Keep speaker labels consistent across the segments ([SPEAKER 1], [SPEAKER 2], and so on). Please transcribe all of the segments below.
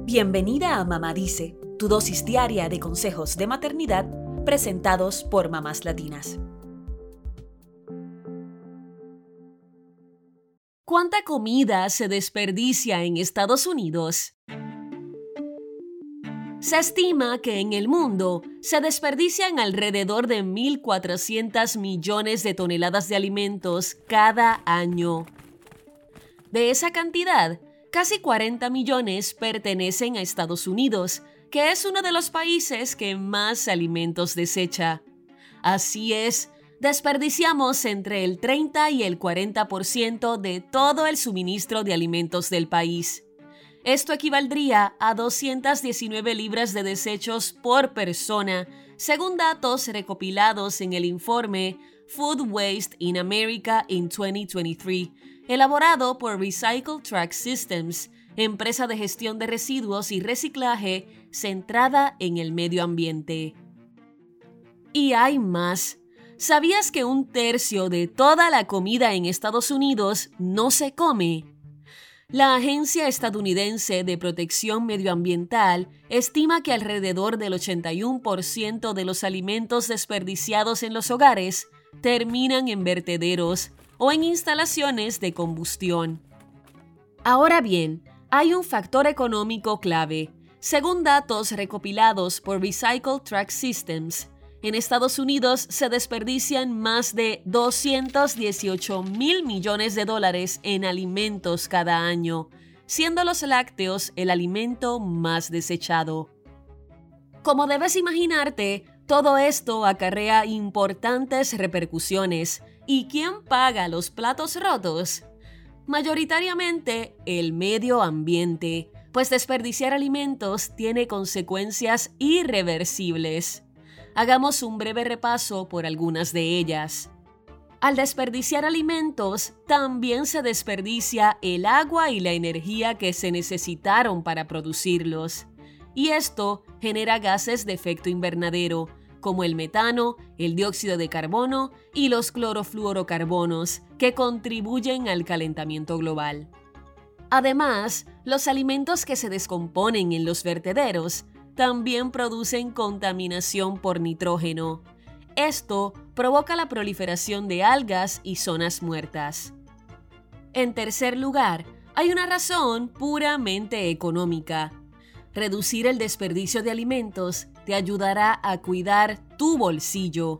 [SPEAKER 1] Bienvenida a Mamá Dice, tu dosis diaria de consejos de maternidad presentados por mamás latinas. ¿Cuánta comida se desperdicia en Estados Unidos? Se estima que en el mundo se desperdician alrededor de 1.400 millones de toneladas de alimentos cada año. De esa cantidad, casi 40 millones pertenecen a Estados Unidos, que es uno de los países que más alimentos desecha. Así es, desperdiciamos entre el 30 y el 40% de todo el suministro de alimentos del país. Esto equivaldría a 219 libras de desechos por persona, según datos recopilados en el informe Food Waste in America in 2023, elaborado por Recycle Track Systems, empresa de gestión de residuos y reciclaje centrada en el medio ambiente. Y hay más. ¿Sabías que 1/3 de toda la comida en Estados Unidos no se come? La Agencia Estadounidense de Protección Medioambiental estima que alrededor del 81% de los alimentos desperdiciados en los hogares terminan en vertederos o en instalaciones de combustión. Ahora bien, hay un factor económico clave. Según datos recopilados por Recycle Track Systems, en Estados Unidos se desperdician más de 218,000 millones de dólares en alimentos cada año, siendo los lácteos el alimento más desechado. Como debes imaginarte, todo esto acarrea importantes repercusiones. ¿Y quién paga los platos rotos? Mayoritariamente el medio ambiente, pues desperdiciar alimentos tiene consecuencias irreversibles. Hagamos un breve repaso por algunas de ellas. Al desperdiciar alimentos, también se desperdicia el agua y la energía que se necesitaron para producirlos. Y esto genera gases de efecto invernadero, como el metano, el dióxido de carbono y los clorofluorocarbonos, que contribuyen al calentamiento global. Además, los alimentos que se descomponen en los vertederos también producen contaminación por nitrógeno. Esto provoca la proliferación de algas y zonas muertas. En tercer lugar, hay una razón puramente económica. Reducir el desperdicio de alimentos te ayudará a cuidar tu bolsillo.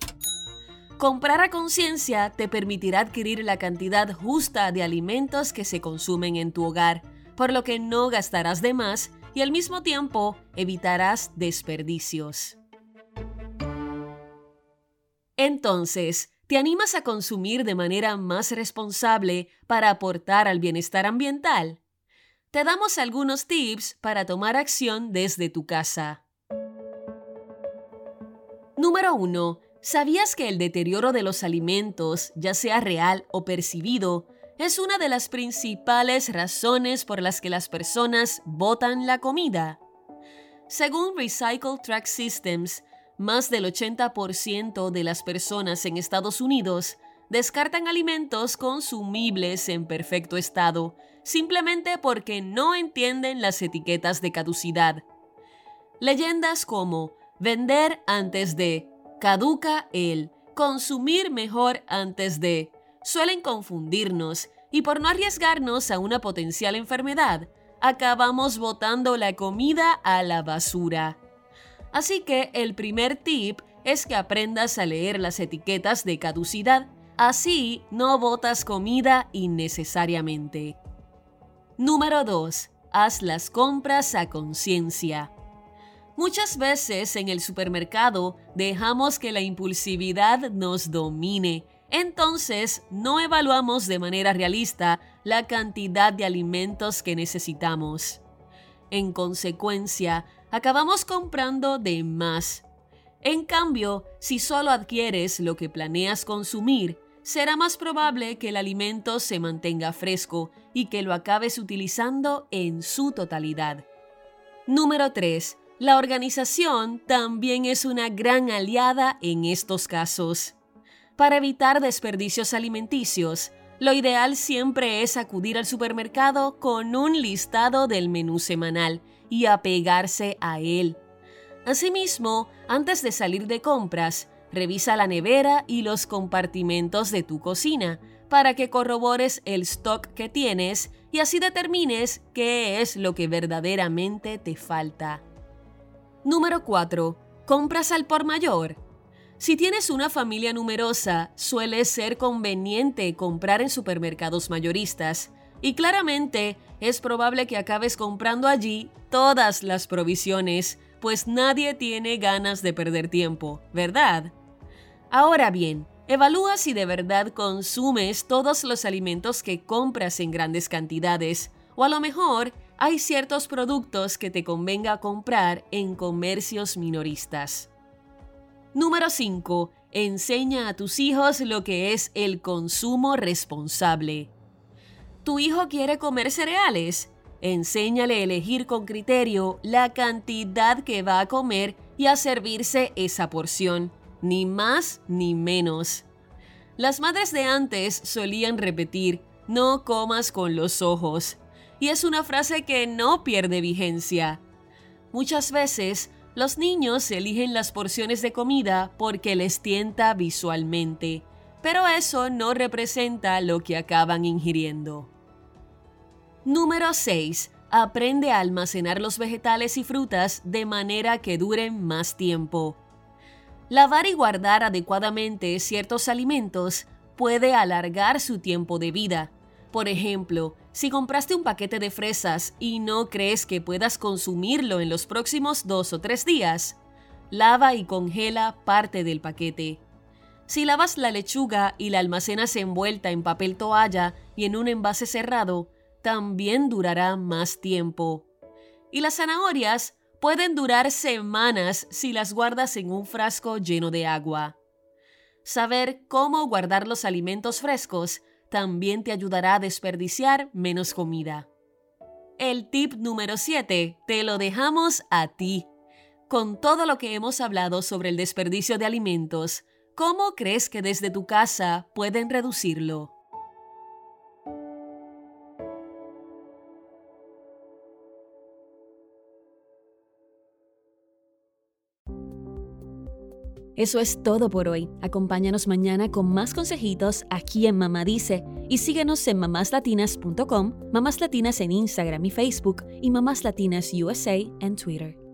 [SPEAKER 1] Comprar a conciencia te permitirá adquirir la cantidad justa de alimentos que se consumen en tu hogar, por lo que no gastarás de más y al mismo tiempo evitarás desperdicios. Entonces, ¿te animas a consumir de manera más responsable para aportar al bienestar ambiental? Te damos algunos tips para tomar acción desde tu casa. Número 1. ¿Sabías que el deterioro de los alimentos, ya sea real o percibido, es una de las principales razones por las que las personas botan la comida? Según Recycle Track Systems, más del 80% de las personas en Estados Unidos descartan alimentos consumibles en perfecto estado, simplemente porque no entienden las etiquetas de caducidad. Leyendas como vender antes de, caduca el, consumir mejor antes de, suelen confundirnos y por no arriesgarnos a una potencial enfermedad, acabamos botando la comida a la basura. Así que el primer tip es que aprendas a leer las etiquetas de caducidad, así no botas comida innecesariamente. Número 2. Haz las compras a conciencia. Muchas veces en el supermercado dejamos que la impulsividad nos domine. Entonces, no evaluamos de manera realista la cantidad de alimentos que necesitamos. En consecuencia, acabamos comprando de más. En cambio, si solo adquieres lo que planeas consumir, será más probable que el alimento se mantenga fresco y que lo acabes utilizando en su totalidad. Número 3. La organización también es una gran aliada en estos casos. Para evitar desperdicios alimenticios, lo ideal siempre es acudir al supermercado con un listado del menú semanal y apegarse a él. Asimismo, antes de salir de compras, revisa la nevera y los compartimentos de tu cocina para que corrobores el stock que tienes y así determines qué es lo que verdaderamente te falta. Número 4. ¿Compras al por mayor? Si tienes una familia numerosa, suele ser conveniente comprar en supermercados mayoristas y claramente es probable que acabes comprando allí todas las provisiones, pues nadie tiene ganas de perder tiempo, ¿verdad? Ahora bien, evalúa si de verdad consumes todos los alimentos que compras en grandes cantidades, o a lo mejor hay ciertos productos que te convenga comprar en comercios minoristas. Número 5. Enseña a tus hijos lo que es el consumo responsable. ¿Tu hijo quiere comer cereales? Enséñale a elegir con criterio la cantidad que va a comer y a servirse esa porción, ni más ni menos. Las madres de antes solían repetir, no comas con los ojos, y es una frase que no pierde vigencia. Muchas veces, los niños eligen las porciones de comida porque les tienta visualmente, pero eso no representa lo que acaban ingiriendo. Número 6. Aprende a almacenar los vegetales y frutas de manera que duren más tiempo. Lavar y guardar adecuadamente ciertos alimentos puede alargar su tiempo de vida. Por ejemplo, si compraste un paquete de fresas y no crees que puedas consumirlo en los próximos 2 o 3 días, lava y congela parte del paquete. Si lavas la lechuga y la almacenas envuelta en papel toalla y en un envase cerrado, también durará más tiempo. Y las zanahorias pueden durar semanas si las guardas en un frasco lleno de agua. Saber cómo guardar los alimentos frescos también te ayudará a desperdiciar menos comida. El tip número 7 te lo dejamos a ti. Con todo lo que hemos hablado sobre el desperdicio de alimentos, ¿cómo crees que desde tu casa pueden reducirlo?
[SPEAKER 2] Eso es todo por hoy. Acompáñanos mañana con más consejitos aquí en Mamá Dice y síguenos en mamáslatinas.com, Mamás Latinas en Instagram y Facebook y Mamás Latinas USA en Twitter.